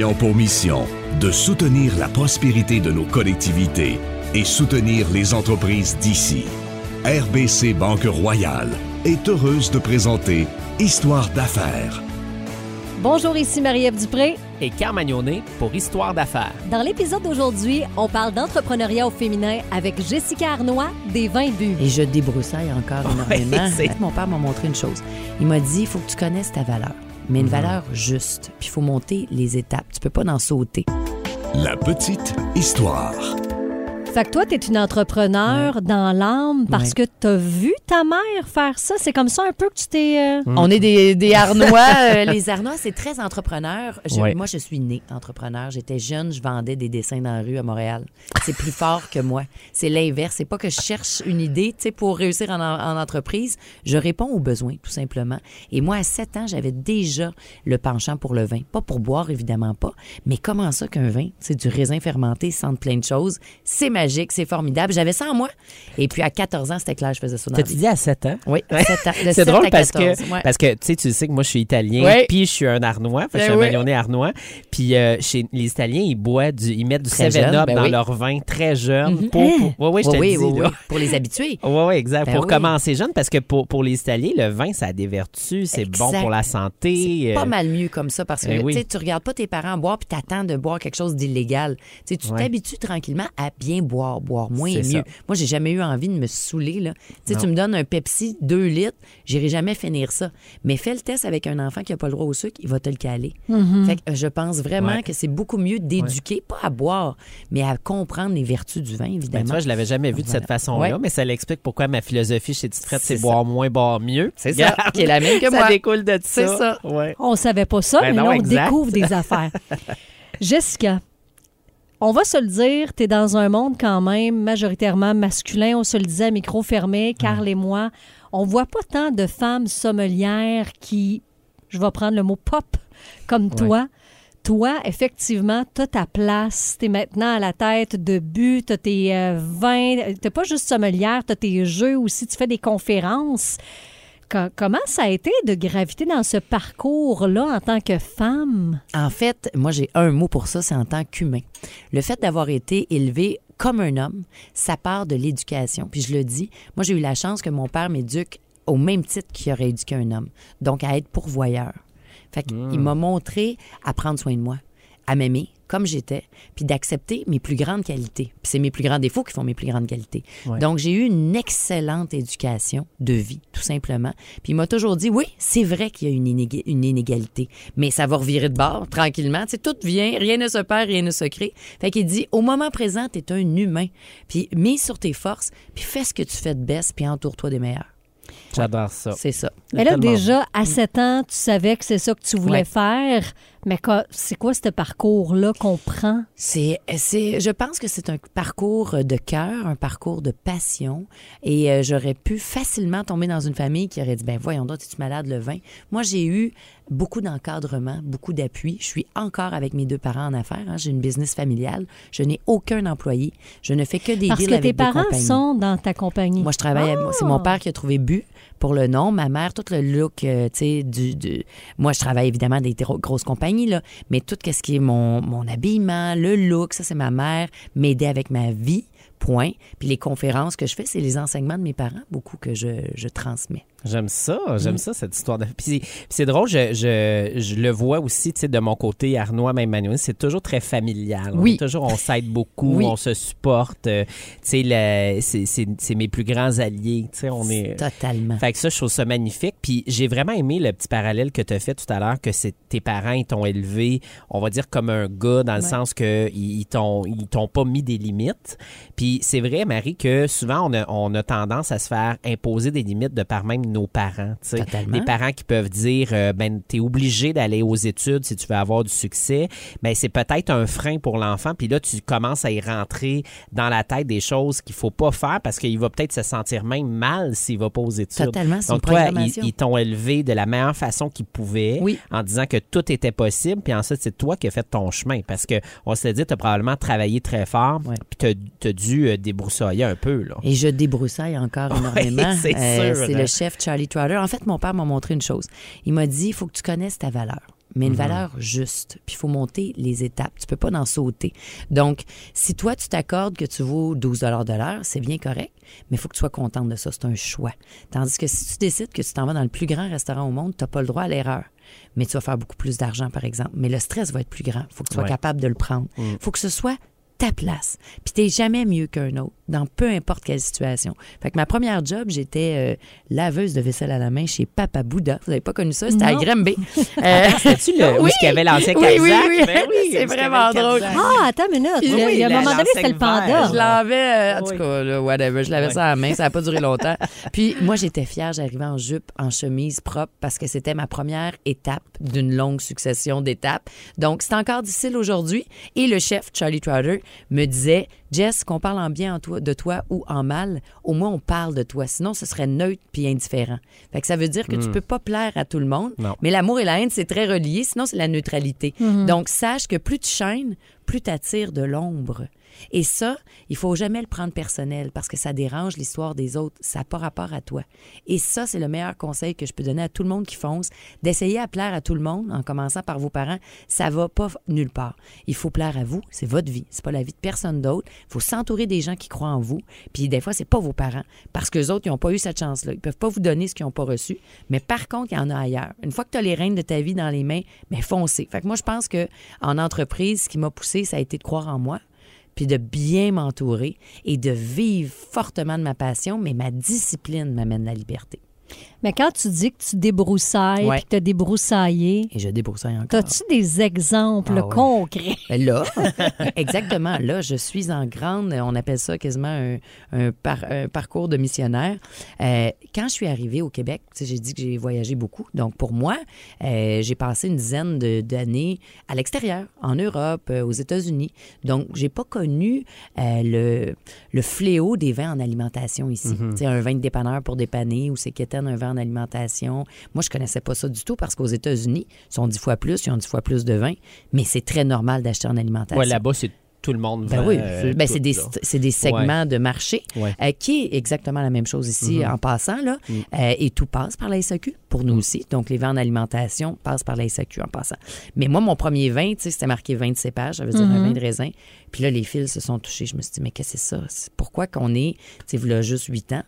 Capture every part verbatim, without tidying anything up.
ayant pour mission de soutenir la prospérité de nos collectivités et soutenir les entreprises d'ici. R B C Banque Royale est heureuse de présenter Histoire d'affaires. Bonjour, ici Marie-Ève Dupré et Carl Magnonet pour Histoire d'affaires. Dans l'épisode d'aujourd'hui, on parle d'entrepreneuriat au féminin avec Jessica Arnois des vingt buts. Et je débroussaille encore énormément. Ouais, Mon père m'a montré une chose. Il m'a dit, il faut que tu connaisses ta valeur, mais une mm-hmm. valeur juste. Puis il faut monter les étapes. Tu peux pas en sauter. La petite histoire. Fait que toi, tu es une entrepreneur ouais. dans l'âme parce ouais. que tu as vu ta mère faire ça. C'est comme ça un peu que tu t'es... Euh... Mmh. On est des, des Arnois. euh, les Arnois, c'est très entrepreneur. Je, ouais. Moi, je suis née entrepreneur. J'étais jeune, je vendais des dessins dans la rue à Montréal. C'est plus fort que moi. C'est l'inverse. C'est pas que je cherche une idée, tu sais, pour réussir en, en entreprise. Je réponds aux besoins, tout simplement. Et moi, à sept ans, j'avais déjà le penchant pour le vin. Pas pour boire, évidemment pas. Mais comment ça qu'un vin, c'est du raisin fermenté, sent plein de choses. C'est ma magique, c'est formidable. J'avais ça en moi. Et puis, à quatorze ans, c'était clair, je faisais ça dans la vie. T'as-tu dit à sept ans? Oui, à sept ans. De c'est sept drôle à parce quatorze, que, ouais. parce que tu sais, tu sais que moi, je suis italien, oui. puis je suis un Arnois. Fait, ben je suis un oui. Magnonet Arnois. Puis euh, chez les Italiens, ils boivent du, ils mettent du seven up ben dans oui. leur vin très jeune. Mm-hmm. Pour, pour, ouais, ouais, je te oui, le dis, oui, là. Oui. Pour les habituer. Oui, oui, exact. Ben pour oui. commencer jeune, parce que pour, pour les Italiens, le vin, ça a des vertus, c'est exact. Bon pour la santé. C'est euh... pas mal mieux comme ça, parce que ben oui. tu regardes pas tes parents boire puis t'attends de boire quelque chose d'illégal. T'sais, tu ouais. t'habitues tranquillement à bien boire, boire moins et mieux. Ça. Moi, j'ai jamais eu envie de me saouler. Là. Tu me donnes un Pepsi, deux litres, j'irai jamais finir ça. Mais fais le test avec un enfant qui n'a pas le droit au sucre, il va te le caler. Mm-hmm. Fait que je pense vraiment ouais. que c'est beaucoup mieux d'éduquer, ouais. pas à boire, mais à comprendre les vertus du vin, évidemment. Ben, tu vois, je l'avais jamais vu de voilà. cette façon-là, ouais. mais ça l'explique pourquoi ma philosophie chez Tite Frette, c'est, c'est boire moins, boire mieux. C'est ça, qui est la même que moi. Ça découle de ça. C'est ça. Ouais. On savait pas ça, ben mais non, là, on exact. découvre des affaires. Jessica, on va se le dire, tu es dans un monde quand même majoritairement masculin. On se le disait à micro fermé, Carl mmh. et moi. On voit pas tant de femmes sommelières qui, je vais prendre le mot pop, comme ouais. toi. Toi, effectivement, tu as ta place. Tu es maintenant à la tête de but. Tu as tes euh, vins. Tu n'es pas juste sommelière, tu as tes jeux aussi. Tu fais des conférences. Comment ça a été de graviter dans ce parcours-là en tant que femme? En fait, moi, j'ai un mot pour ça, c'est en tant qu'humain. Le fait d'avoir été élevé comme un homme, ça part de l'éducation. Puis je le dis, moi, j'ai eu la chance que mon père m'éduque au même titre qu'il aurait éduqué un homme. Donc, à être pourvoyeur. Fait qu'il mmh. m'a montré à prendre soin de moi, à m'aimer comme j'étais, puis d'accepter mes plus grandes qualités. Puis c'est mes plus grands défauts qui font mes plus grandes qualités. Ouais. Donc, j'ai eu une excellente éducation de vie, tout simplement. Puis il m'a toujours dit, oui, c'est vrai qu'il y a une, inéga- une inégalité, mais ça va revirer de bord tranquillement. Tu sais, tout vient, rien ne se perd, rien ne se crée. Fait qu'il dit, au moment présent, tu es un humain. Puis mise sur tes forces, puis fais ce que tu fais de best, puis entoure-toi des meilleurs. J'adore ça. C'est ça. Mais là, déjà, à sept ans, tu savais que c'est ça que tu voulais ouais. faire. Mais c'est quoi ce parcours-là qu'on prend? C'est, c'est, je pense que c'est un parcours de cœur, un parcours de passion. Et euh, j'aurais pu facilement tomber dans une famille qui aurait dit, ben voyons donc, es-tu malade, le vin? Moi, j'ai eu beaucoup d'encadrement, beaucoup d'appui. Je suis encore avec mes deux parents en affaires. Hein. J'ai une business familiale. Je n'ai aucun employé. Je ne fais que des Parce deals que avec des compagnies. Parce que tes parents sont dans ta compagnie. Moi, je travaille... Oh! C'est mon père qui a trouvé but pour le nom. Ma mère, tout le look, euh, tu sais, du, du... Moi, je travaille évidemment dans des grosses compagnies, là, mais tout ce qui est mon, mon habillement, le look, ça, c'est ma mère, m'aider avec ma vie, point. Puis les conférences que je fais, c'est les enseignements de mes parents, beaucoup que je, je transmets. J'aime ça, j'aime mmh. ça, cette histoire de... Puis, puis c'est drôle, je, je, je le vois aussi, tu sais, de mon côté, Arnois, même Magnonet, c'est toujours très familial. Oui. On est toujours, on s'aide beaucoup, oui. on se supporte. Euh, tu sais, c'est, c'est, c'est mes plus grands alliés, tu sais, on est... Totalement. Fait que ça, je trouve ça magnifique. Puis j'ai vraiment aimé le petit parallèle que tu as fait tout à l'heure, que c'est tes parents, ils t'ont élevé, on va dire, comme un gars, dans le ouais. sens que ils t'ont, ils t'ont pas mis des limites. Puis c'est vrai, Marie, que souvent, on a, on a tendance à se faire imposer des limites de par même nos parents. Des parents qui peuvent dire euh, ben t'es obligé d'aller aux études si tu veux avoir du succès. Ben c'est peut-être un frein pour l'enfant. Puis là, tu commences à y rentrer dans la tête des choses qu'il faut pas faire parce qu'il va peut-être se sentir même mal s'il va pas aux études. Totalement, c'est Donc une toi, programmation. ils, ils t'ont élevé de la meilleure façon qu'ils pouvaient oui. en disant que tout était possible. Puis ensuite, c'est toi qui as fait ton chemin parce que on se l'a dit, tu as probablement travaillé très fort. Ouais. Puis tu as dû euh, débroussailler un peu. Là. Et je débroussaille encore énormément. Oui, c'est euh, sûr. C'est là. le chef Charlie Trotter. En fait, mon père m'a montré une chose. Il m'a dit, il faut que tu connaisses ta valeur. mais une Mm-hmm. valeur juste. Puis il faut monter les étapes. Tu peux pas en sauter. Donc, si toi, tu t'accordes que tu vaux douze dollars de l'heure, c'est bien correct, mais il faut que tu sois contente de ça. C'est un choix. Tandis que si tu décides que tu t'en vas dans le plus grand restaurant au monde, tu n'as pas le droit à l'erreur. Mais tu vas faire beaucoup plus d'argent, par exemple. Mais le stress va être plus grand. Il faut que tu sois Ouais. capable de le prendre. Il Mm. faut que ce soit ta place. Puis t'es jamais mieux qu'un autre, dans peu importe quelle situation. Fait que ma première job, j'étais euh, laveuse de vaisselle à la main chez Papa Bouddha. Vous n'avez pas connu ça? C'était à Non. Granby. Euh, C'était-tu le, où oui. est-ce qu'il y avait l'ancien Oui, Kazakh? oui, oui. Ben oui, C'est où est-ce qu'il y vraiment avait le drôle. Kazakh? Ah, attends une minute. Oui, Il y a- il y a la- un moment donné, c'était le l'enseigne panda. vert. Je l'avais, euh, en Oui. tout cas, là, whatever, je l'avais Ouais. ça à la main, ça n'a pas duré longtemps. Puis moi, j'étais fière, j'arrivais en jupe, en chemise propre, parce que c'était ma première étape d'une longue succession d'étapes. Donc, c'est encore difficile aujourd'hui. Et le chef, Charlie Trotter, me disait, Jess, qu'on parle en bien en toi, de toi ou en mal, au moins on parle de toi. Sinon, ce serait neutre puis indifférent. Fait que ça veut dire que tu peux pas plaire à tout le monde, Non. mais l'amour et la haine, c'est très relié. Sinon, c'est la neutralité. Donc, sache que plus tu chaînes, plus tu attires de l'ombre. Et ça, il faut jamais le prendre personnel parce que ça dérange l'histoire des autres. Ça n'a pas rapport à toi. Et ça, c'est le meilleur conseil que je peux donner à tout le monde qui fonce, d'essayer à plaire à tout le monde en commençant par vos parents. Ça va pas nulle part. Il faut plaire à vous. C'est votre vie. C'est pas la vie de personne d'autre. Il faut s'entourer des gens qui croient en vous. Puis des fois, c'est pas vos parents parce qu'eux autres, ils n'ont pas eu cette chance-là. Ils peuvent pas vous donner ce qu'ils n'ont pas reçu. Mais par contre, il y en a ailleurs. Une fois que tu as les rênes de ta vie dans les mains, mais foncez. Fait que moi, je pense que en entreprise, ce qui m'a poussé, ça a été de croire en moi, puis de bien m'entourer et de vivre fortement de ma passion, mais ma discipline m'amène la liberté. Mais quand tu dis que tu débroussailles Ouais. puis que tu as débroussaillé, Et je débroussaille encore. as-tu des exemples Ah ouais. concrets? Là, exactement. Là, je suis en grande, on appelle ça quasiment un, un, par- un parcours de missionnaire. Euh, quand je suis arrivée au Québec, tu sais, j'ai dit que j'ai voyagé beaucoup. Donc, pour moi, euh, j'ai passé une dizaine de- d'années à l'extérieur, en Europe, euh, aux États-Unis. Donc, j'ai pas connu euh, le, le fléau des vins en alimentation ici. Tu sais, un vin de dépanneur pour dépanner ou c'est quétaine un vin en alimentation. Moi, je connaissais pas ça du tout parce qu'aux États-Unis, ils sont dix fois plus, ils ont dix fois plus de vin, mais c'est très normal d'acheter en alimentation. Ouais, là-bas, c'est tout le monde Ben vend, oui, euh, ben tout, c'est des, là. c'est des segments de marché Ouais. euh, qui est exactement la même chose ici Mm-hmm. en passant. Là, Mm. Euh, et tout passe par la S A Q pour nous aussi. Donc, les vins en alimentation passent par la S A Q en passant. Mais moi, mon premier vin, tu sais, c'était marqué vin de cépage, ça veut dire un Mm-hmm. vin de raisin. Puis là, les fils se sont touchés. Je me suis dit, mais qu'est-ce que c'est ça? C'est pourquoi qu'on est, tu sais, là, juste huit ans,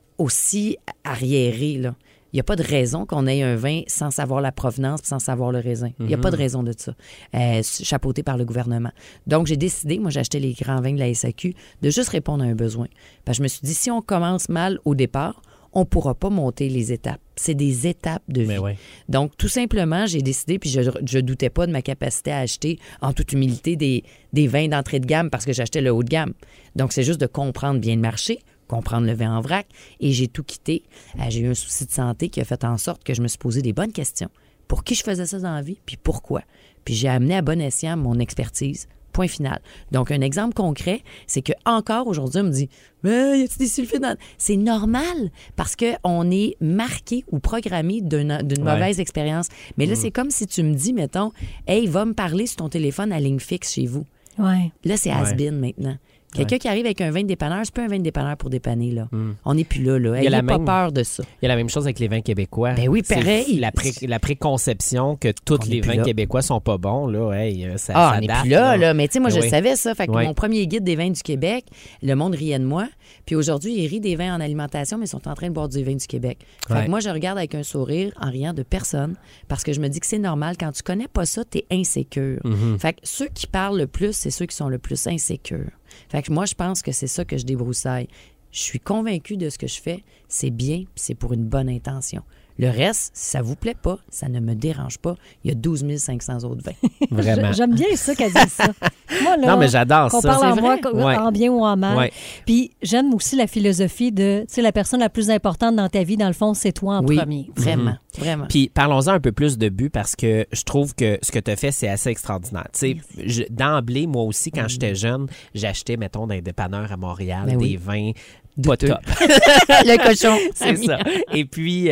aussi arriéré, là? Il n'y a pas de raison qu'on ait un vin sans savoir la provenance, sans savoir le raisin. Il n'y a pas de raison de ça, euh, chapeauté par le gouvernement. Donc, j'ai décidé, moi, j'ai acheté les grands vins de la S A Q, de juste répondre à un besoin. Parce que je me suis dit, si on commence mal au départ, on ne pourra pas monter les étapes. C'est des étapes de vie. Mais ouais. Donc, tout simplement, j'ai décidé, puis je ne doutais pas de ma capacité à acheter, en toute humilité, des, des vins d'entrée de gamme parce que j'achetais le haut de gamme. Donc, c'est juste de comprendre bien le marché, comprendre le vin en vrac, et j'ai tout quitté. Euh, j'ai eu un souci de santé qui a fait en sorte que je me suis posé des bonnes questions. Pour qui je faisais ça dans la vie, puis pourquoi? Puis j'ai amené à bon escient mon expertise. Point final. Donc, un exemple concret, c'est que encore aujourd'hui, on me dit « Mais y a-t-il des sulfites dans... » C'est normal parce qu'on est marqué ou programmé d'une, d'une Ouais. mauvaise expérience. Mais là, c'est comme si tu me dis, mettons, « Hey, va me parler sur ton téléphone à ligne fixe chez vous. » Ouais. Là, c'est Ouais. has-been maintenant. Quelqu'un Ouais. qui arrive avec un vin de dépanneur, c'est pas un vin de dépanneur pour dépanner, là. Mm. On n'est plus là, là. Il y a Ayez la pas même- peur de ça. Il y a la même chose avec les vins québécois. Ben oui, C'est pareil. La, pré- la préconception que tous On est les plus vins là. québécois sont pas bons, là, hey, euh, ça, Ah, ça on n'est date, plus là, là. Mais tu sais, moi, Ben je oui. savais ça. Fait que Ouais. mon premier guide des vins du Québec, le monde riait de moi. Puis aujourd'hui, ils rient des vins en alimentation, mais ils sont en train de boire du vin du Québec. Fait Ouais. que moi, je regarde avec un sourire en riant de personne parce que je me dis que c'est normal. Quand tu connais pas ça, t'es insécure. Mm-hmm. Fait que ceux qui parlent le plus, c'est ceux qui sont le plus insécures. Fait que moi, je pense que c'est ça que je débroussaille. Je suis convaincue de ce que je fais. C'est bien, puis c'est pour une bonne intention. Le reste, si ça vous plaît pas, ça ne me dérange pas. Il y a douze mille cinq cents autres vins. Vraiment. J'aime bien ça qu'elle dit ça. Moi, là, Non, mais j'adore qu'on ça. parle en C'est moi, vrai. co- Ouais. en bien ou en mal. Ouais. Puis j'aime aussi la philosophie de, tu sais, la personne la plus importante dans ta vie, dans le fond, c'est toi en Oui, premier. vraiment, vraiment. Puis parlons-en un peu plus de but parce que je trouve que ce que tu as fait, c'est assez extraordinaire. Tu sais, je- d'emblée, moi aussi, quand j'étais jeune, j'achetais, mettons, dans les dépanneurs à Montréal, Ben des oui. vins pas Douteux. top. Le cochon. C'est ça. Et puis, euh,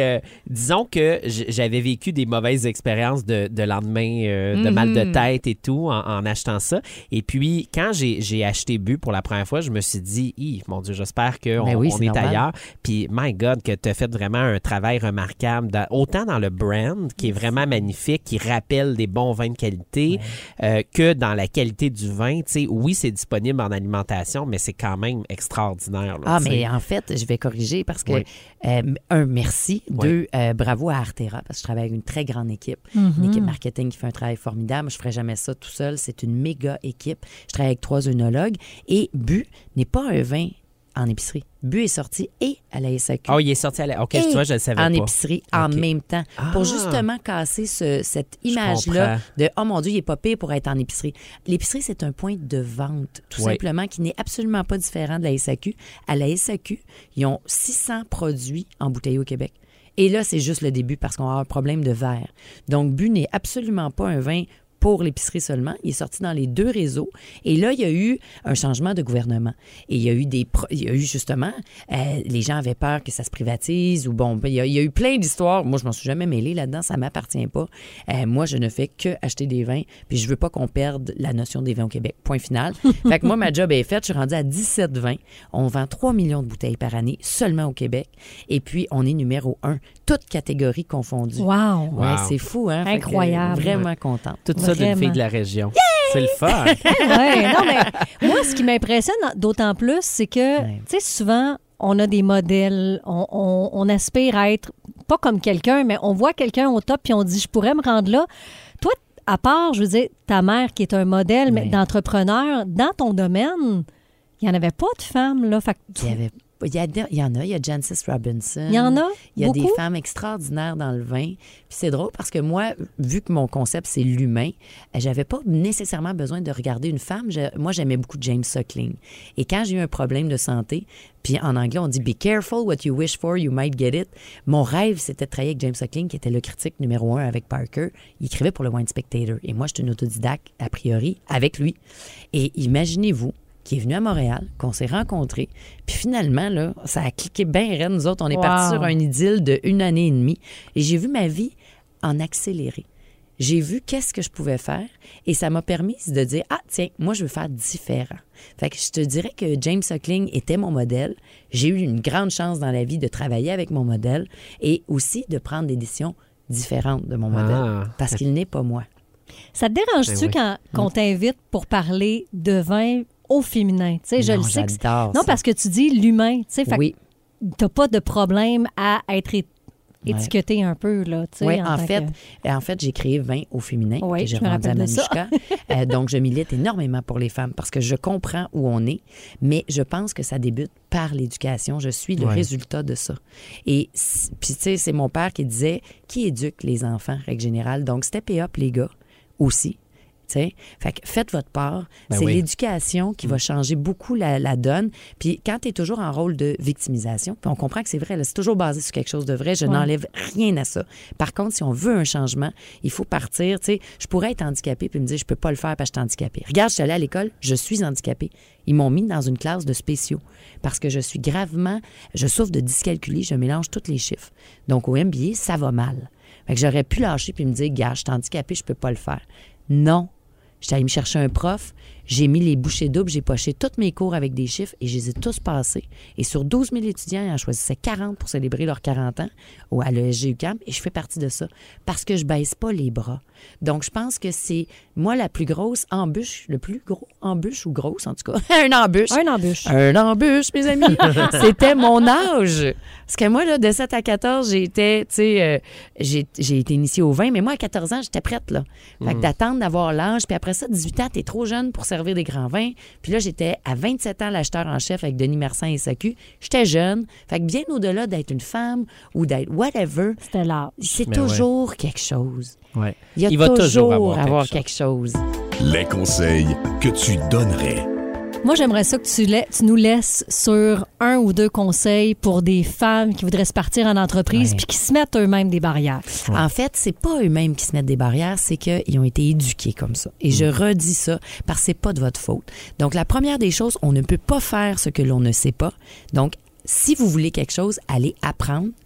disons que j'avais vécu des mauvaises expériences de, de lendemain, euh, de mm-hmm. mal de tête et tout en, en achetant ça. Et puis, quand j'ai, j'ai acheté Bu pour la première fois, je me suis dit, Hi, mon Dieu, j'espère qu'on ben oui, on est normal. Ailleurs. Puis, my God, que tu as fait vraiment un travail remarquable, dans, autant dans le brand, qui est vraiment magnifique, qui rappelle des bons vins de qualité, ouais. euh, que dans la qualité du vin. Tu sais, oui, c'est disponible en alimentation, mais c'est quand même extraordinaire. Là, ah, t'sais. Mais en fait, je vais corriger parce que, oui. euh, un, merci. Oui. Deux, euh, bravo à Artera, parce que je travaille avec une très grande équipe. Mm-hmm. Une équipe marketing qui fait un travail formidable. Je ne ferais jamais ça tout seul. C'est une méga équipe. Je travaille avec trois œnologues. Et Bu n'est pas un vin en épicerie. Bu est sorti et à la S A Q. Ah, oh, il est sorti à la... OK, tu vois, je le savais en pas. En épicerie, okay. en même temps. Ah. Pour justement casser ce, cette image-là de « Oh mon Dieu, il n'est pas pire pour être en épicerie ». L'épicerie, c'est un point de vente, tout oui. simplement, qui n'est absolument pas différent de la S A Q. À la S A Q, ils ont six cents produits embouteillés au Québec. Et là, c'est juste le début parce qu'on a un problème de verre. Donc, Bu n'est absolument pas un vin pour l'épicerie seulement. Il est sorti dans les deux réseaux. Et là, il y a eu un changement de gouvernement. Et il y a eu des... Pro... Il y a eu justement... Euh, les gens avaient peur que ça se privatise ou bon... Il y a, il y a eu plein d'histoires. Moi, je m'en suis jamais mêlée là-dedans. Ça ne m'appartient pas. Euh, moi, je ne fais que acheter des vins. Puis je veux pas qu'on perde la notion des vins au Québec. Point final. Fait que moi, ma job est faite. Je suis rendue à dix-sept vins. On vend trois millions de bouteilles par année seulement au Québec. Et puis, on est numéro un. Toutes catégories confondues. Wow! Ouais, wow. C'est fou, hein? Incroyable. Que, vraiment contente. Tout ça d'une fille de la région. Yeah! C'est le fun. ouais, non, mais moi, ce qui m'impressionne d'autant plus, c'est que, ouais. tu sais, souvent, on a des modèles, on, on, on aspire à être, pas comme quelqu'un, mais on voit quelqu'un au top puis on dit, je pourrais me rendre là. Toi, à part, je veux dire, ta mère qui est un modèle ouais. d'entrepreneur, dans ton domaine, il n'y en avait pas de femmes, là. Fait que tu... Il y avait Il y, a, il y en a, il y a Jancis Robinson. Il y en a Il y a beaucoup? Des femmes extraordinaires dans le vin. Puis c'est drôle parce que moi, vu que mon concept, c'est l'humain, j'avais pas nécessairement besoin de regarder une femme. Je, moi, j'aimais beaucoup James Suckling. Et quand j'ai eu un problème de santé, puis en anglais, on dit « Be careful what you wish for, you might get it », mon rêve, c'était de travailler avec James Suckling, qui était le critique numéro un avec Parker. Il écrivait pour le Wine Spectator. Et moi, j'étais une autodidacte, a priori, avec lui. Et imaginez-vous, qui est venu à Montréal, qu'on s'est rencontrés. Puis finalement, là, ça a cliqué bien raide. Nous autres, on est wow. partis sur un idylle de une année et demie. Et j'ai vu ma vie en accéléré. J'ai vu qu'est-ce que je pouvais faire et ça m'a permis de dire, ah tiens, moi, je veux faire différent. Fait que je te dirais que James Suckling était mon modèle. J'ai eu une grande chance dans la vie de travailler avec mon modèle et aussi de prendre des décisions différentes de mon modèle ah. parce qu'il n'est pas moi. Ça te dérange-tu ben oui. quand qu'on mmh. t'invite pour parler de vin au féminin? Tu sais, je non, le sais. Que ça. Non, parce que tu dis l'humain. Tu sais, fait oui. que t'as pas de problème à être é- étiqueté ouais. un peu, là. Tu sais, oui, en, en fait, que... en fait, j'ai créé Vin au féminin oui, que j'ai je me vendu à rappelle de Manushka. euh, donc, je milite énormément pour les femmes parce que je comprends où on est, mais je pense que ça débute par l'éducation. Je suis le ouais. résultat de ça. Et puis, tu sais, c'est mon père qui disait qui éduque les enfants, règle générale. Donc, step up, les gars, aussi. T'sais? Fait que faites votre part. Ben c'est oui. l'éducation qui mmh. va changer beaucoup la, la donne. Puis quand tu es toujours en rôle de victimisation, puis on comprend que c'est vrai, là, c'est toujours basé sur quelque chose de vrai, je ouais. n'enlève rien à ça. Par contre, si on veut un changement, il faut partir. T'sais, je pourrais être handicapée puis me dire, je peux pas le faire parce que je suis handicapée. Regarde, je suis allée à l'école, je suis handicapée. Ils m'ont mis dans une classe de spéciaux parce que je suis gravement, je souffre de dyscalculie, je mélange tous les chiffres. Donc au M B A, ça va mal. Fait que j'aurais pu lâcher puis me dire, gars, je suis handicapée, je peux pas le faire. Non. J'étais allée me chercher un prof, j'ai mis les bouchées doubles, j'ai poché tous mes cours avec des chiffres et je les ai tous passés. Et sur douze mille étudiants, ils en choisissaient quarante pour célébrer leurs quarante ans à l'E S G U Q A M et je fais partie de ça parce que je baisse pas les bras. Donc, je pense que c'est, moi, la plus grosse embûche, le plus gros embûche ou grosse, en tout cas, un embûche. Un embûche. Un embûche, mes amis. C'était mon âge. Parce que moi, là, de sept à quatorze, j'ai été, tu sais, euh, j'ai, j'ai été initiée au vin, mais moi, à quatorze ans, j'étais prête, là. Fait que d'attendre d'avoir l'âge, puis après ça, dix-huit ans, t'es trop jeune pour servir des grands vins. Puis là, j'étais à vingt-sept ans l'acheteur en chef avec Denis Marsan et S A Q. J'étais jeune. Fait que bien au-delà d'être une femme ou d'être whatever, c'était là. C'est mais toujours ouais. quelque chose. Ouais. Il, y a Il va toujours, toujours avoir, avoir quelque, quelque chose. chose. Les conseils que tu donnerais. Moi, j'aimerais ça que tu, la- tu nous laisses sur un ou deux conseils pour des femmes qui voudraient se partir en entreprise ouais. puis qui se mettent eux-mêmes des barrières. Ouais. En fait, c'est pas eux-mêmes qui se mettent des barrières, c'est qu'ils ont été éduqués comme ça. Et mmh. je redis ça parce que c'est pas de votre faute. Donc, la première des choses, on ne peut pas faire ce que l'on ne sait pas. Donc, si vous voulez quelque chose, allez apprendre.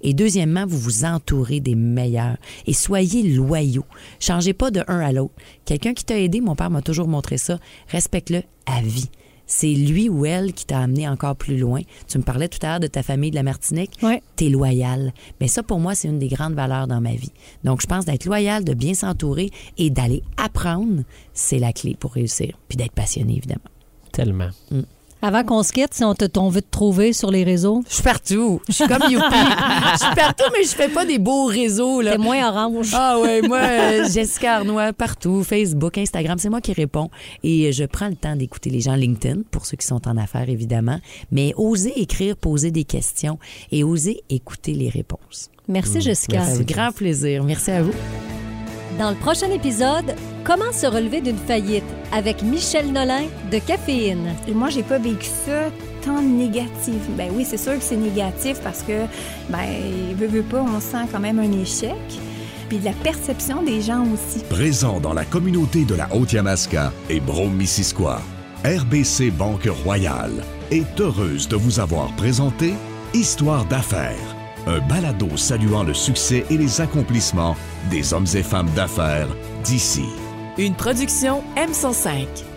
Et deuxièmement, vous vous entourez des meilleurs et soyez loyaux. Changez pas de un à l'autre. Quelqu'un qui t'a aidé, mon père m'a toujours montré ça, respecte-le à vie. C'est lui ou elle qui t'a amené encore plus loin. Tu me parlais tout à l'heure de ta famille de la Martinique. Oui. T'es loyal. Mais ça, pour moi, c'est une des grandes valeurs dans ma vie. Donc, je pense d'être loyal, de bien s'entourer et d'aller apprendre, c'est la clé pour réussir. Puis d'être passionné, évidemment. Tellement. Mm. Avant qu'on se quitte, si on, te, on veut te trouver sur les réseaux. Je suis partout. Je suis comme Youpi. Je suis partout, mais je fais pas des beaux réseaux. Là. T'es moins orange. Ah ouais, moi, euh, Jessica Arnois, partout. Facebook, Instagram, c'est moi qui réponds. Et je prends le temps d'écouter les gens LinkedIn, pour ceux qui sont en affaires, évidemment. Mais oser écrire, poser des questions et oser écouter les réponses. Merci, Jessica. Merci. Avec grand plaisir. Merci à vous. Dans le prochain épisode, comment se relever d'une faillite avec Michel Nolin de Caféine. Et moi, j'ai pas vécu ça tant négatif. Ben oui, c'est sûr que c'est négatif parce que, ben, veut, veut pas, on sent quand même un échec. Puis de la perception des gens aussi. Présent dans la communauté de la Haute-Yamaska et Brome-Missisquoi, R B C Banque Royale est heureuse de vous avoir présenté Histoire d'affaires, un balado saluant le succès et les accomplissements des hommes et femmes d'affaires d'ici. Une production M cent cinq.